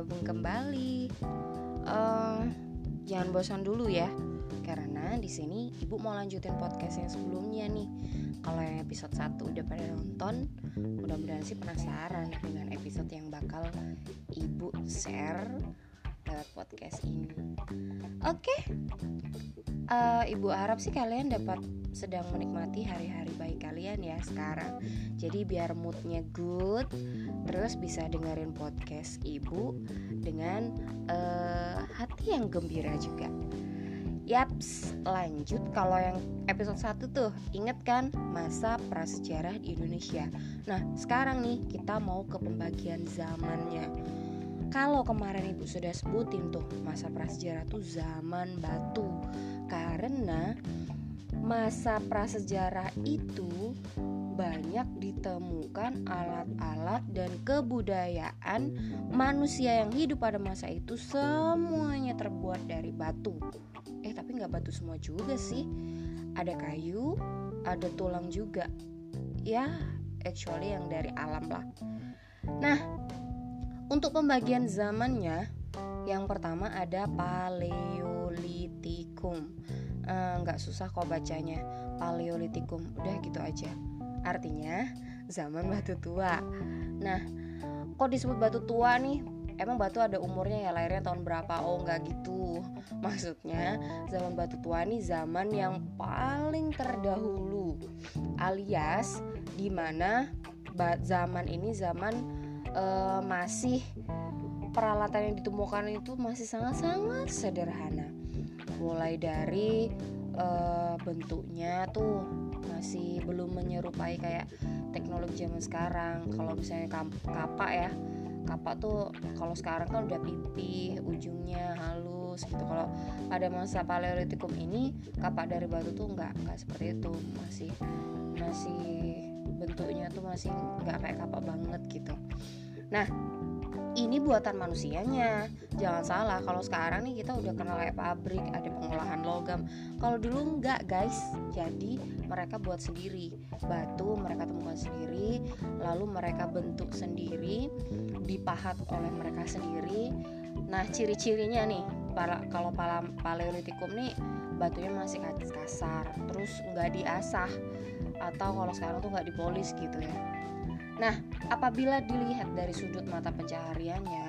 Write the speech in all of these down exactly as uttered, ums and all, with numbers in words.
bergabung kembali. Uh, jangan bosan dulu ya, karena di sini Ibu mau lanjutin podcast yang sebelumnya nih. Kalau yang episode satu udah pada nonton, mudah-mudahan sih penasaran dengan episode yang bakal Ibu share lewat podcast ini. Oke, okay. uh, Ibu harap sih kalian dapat sedang menikmati hari-hari baik kalian ya sekarang. Jadi biar moodnya good, terus bisa dengerin podcast Ibu dengan uh, hati yang gembira juga. Yaps, lanjut. Kalau yang episode satu tuh, inget kan masa prasejarah di Indonesia. Nah, sekarang nih kita mau ke pembagian zamannya. Kalau kemarin Ibu sudah sebutin tuh, masa prasejarah tuh zaman batu. Karena masa prasejarah itu banyak ditemukan alat-alat dan kebudayaan manusia yang hidup pada masa itu semuanya terbuat dari batu. Eh tapi gak batu semua juga sih. Ada kayu, ada tulang juga. Ya actually yang dari alam lah. Nah, untuk pembagian zamannya, yang pertama ada Paleolitikum. eh, Gak susah kok bacanya, Paleolitikum, udah gitu aja. Artinya zaman batu tua. Nah, kok disebut batu tua nih? Emang batu ada umurnya ya, lahirnya tahun berapa? Oh enggak gitu. Maksudnya zaman batu tua nih zaman yang paling terdahulu, alias dimana zaman ini zaman uh, masih peralatan yang ditemukan itu masih sangat-sangat sederhana. Mulai dari uh, bentuknya tuh masih belum menyerupai kayak teknologi zaman sekarang. Kalau misalnya kapak ya, kapak tuh kalau sekarang kan udah pipih, ujungnya halus gitu. Kalau pada masa Paleolitikum ini kapak dari batu tuh nggak nggak seperti itu, masih masih bentuknya tuh masih nggak kayak kapak banget gitu. Nah, ini buatan manusianya. Jangan salah, kalau sekarang nih kita udah kenal kayak pabrik, ada pengolahan logam. Kalau dulu enggak guys. Jadi mereka buat sendiri. Batu mereka temukan sendiri, lalu mereka bentuk sendiri, dipahat oleh mereka sendiri. Nah, ciri-cirinya nih, para, kalau Paleolitikum nih batunya masih kasar, terus enggak diasah, atau kalau sekarang tuh enggak dipolis gitu ya. Nah, apabila dilihat dari sudut mata pencahariannya,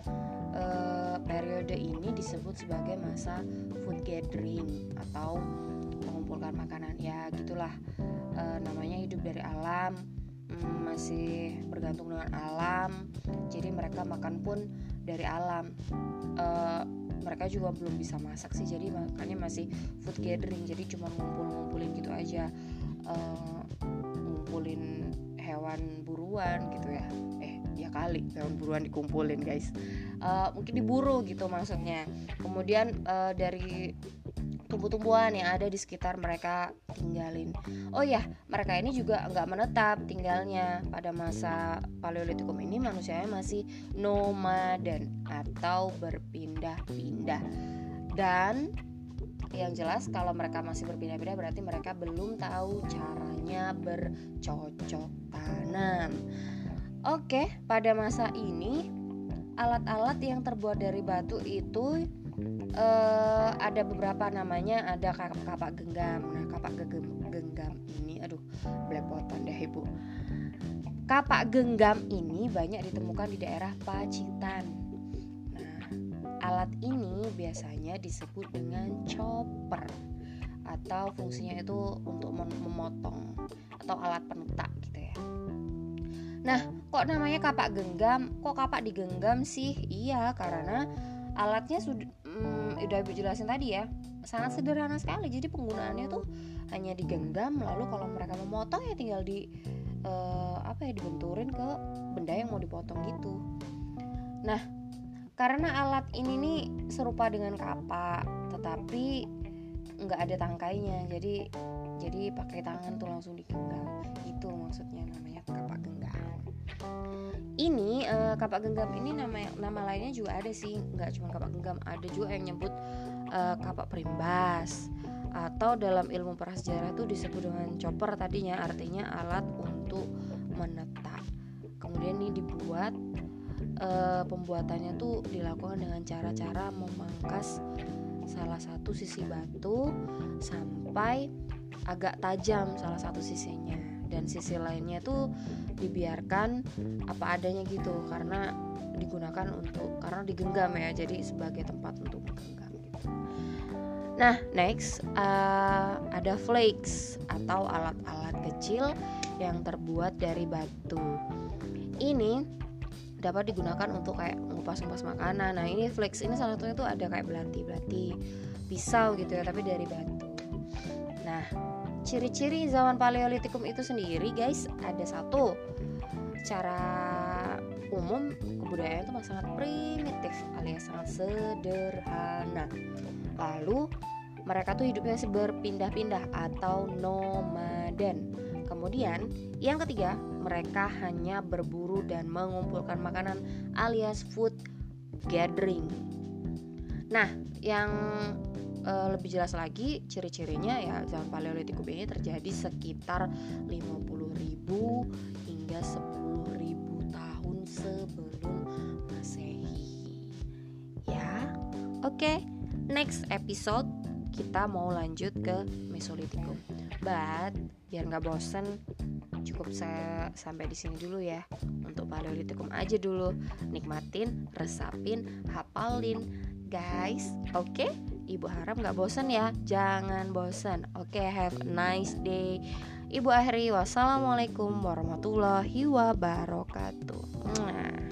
eh, periode ini disebut sebagai masa food gathering atau mengumpulkan makanan. Ya gitulah, eh, namanya hidup dari alam, mm, masih bergantung dengan alam. Jadi mereka makan pun dari alam. Eh, mereka juga belum bisa masak sih, jadi makanya masih food gathering. Jadi cuma ngumpul-ngumpulin gitu aja, eh, ngumpulin hewan buruan gitu ya. Eh ya kali hewan buruan dikumpulin guys, uh, mungkin diburu gitu maksudnya. Kemudian uh, dari tumbuh-tumbuhan yang ada di sekitar mereka tinggalin. Oh ya, mereka ini juga nggak menetap tinggalnya. Pada masa Paleolitikum ini manusianya masih nomaden atau berpindah-pindah. Dan yang jelas kalau mereka masih berpindah-pindah berarti mereka belum tahu caranya bercocok tanam. Oke, pada masa ini alat-alat yang terbuat dari batu itu eh, ada beberapa namanya. Ada kapak genggam. Nah, kapak genggam ini, aduh, belepotan deh ibu. Kapak genggam ini banyak ditemukan di daerah Pacitan. Alat ini biasanya disebut dengan chopper atau fungsinya itu untuk memotong atau alat penetak gitu ya. Nah, kok namanya kapak genggam? Kok kapak digenggam sih? Iya, karena alatnya sudah hmm, udah Ibu jelasin tadi ya, sangat sederhana sekali. Jadi penggunaannya tuh hanya digenggam, lalu kalau mereka memotong ya tinggal di uh, apa ya dibenturin ke benda yang mau dipotong gitu. Nah, karena alat ini nih serupa dengan kapak, tetapi nggak ada tangkainya, jadi jadi pakai tangan tuh langsung digenggam. Itu maksudnya namanya kapak genggam. Ini eh, kapak genggam ini nama nama lainnya juga ada sih, nggak cuma kapak genggam, ada juga yang nyebut eh, kapak perimbas, atau dalam ilmu prasejarah itu disebut dengan chopper tadinya, artinya alat untuk menetak. Kemudian ini dibuat uh, pembuatannya tuh dilakukan dengan cara-cara memangkas salah satu sisi batu sampai agak tajam salah satu sisinya, dan sisi lainnya tuh dibiarkan apa adanya gitu, karena digunakan untuk karena digenggam ya, jadi sebagai tempat untuk menggenggam gitu. Nah, next uh, ada flakes atau alat-alat kecil yang terbuat dari batu. Ini dapat digunakan untuk kayak ngupas-ngupas makanan. Nah, ini flakes ini salah satunya tuh ada kayak belati-belati pisau gitu ya, tapi dari batu. Nah, ciri-ciri zaman Paleolitikum itu sendiri guys, ada satu, cara umum kebudayaan itu masih sangat primitif alias sangat sederhana. Lalu mereka tuh hidupnya berpindah-pindah atau nomaden. Kemudian yang ketiga, mereka hanya berburu dan mengumpulkan makanan alias food gathering. Nah, yang Uh, lebih jelas lagi ciri-cirinya ya, zaman Paleolitikum ini terjadi sekitar lima puluh ribu hingga sepuluh ribu tahun sebelum Masehi. Ya, oke. Okay. Next episode kita mau lanjut ke Mesolitikum. But biar nggak bosen, cukup saya sampai di sini dulu ya. Untuk Paleolitikum aja dulu, nikmatin, resapin, hafalin, guys. Oke? Okay? Ibu harap gak bosan ya, jangan bosan. Oke, okay, have a nice day. Ibu akhiri, wassalamualaikum warahmatullahi wabarakatuh. Mwah.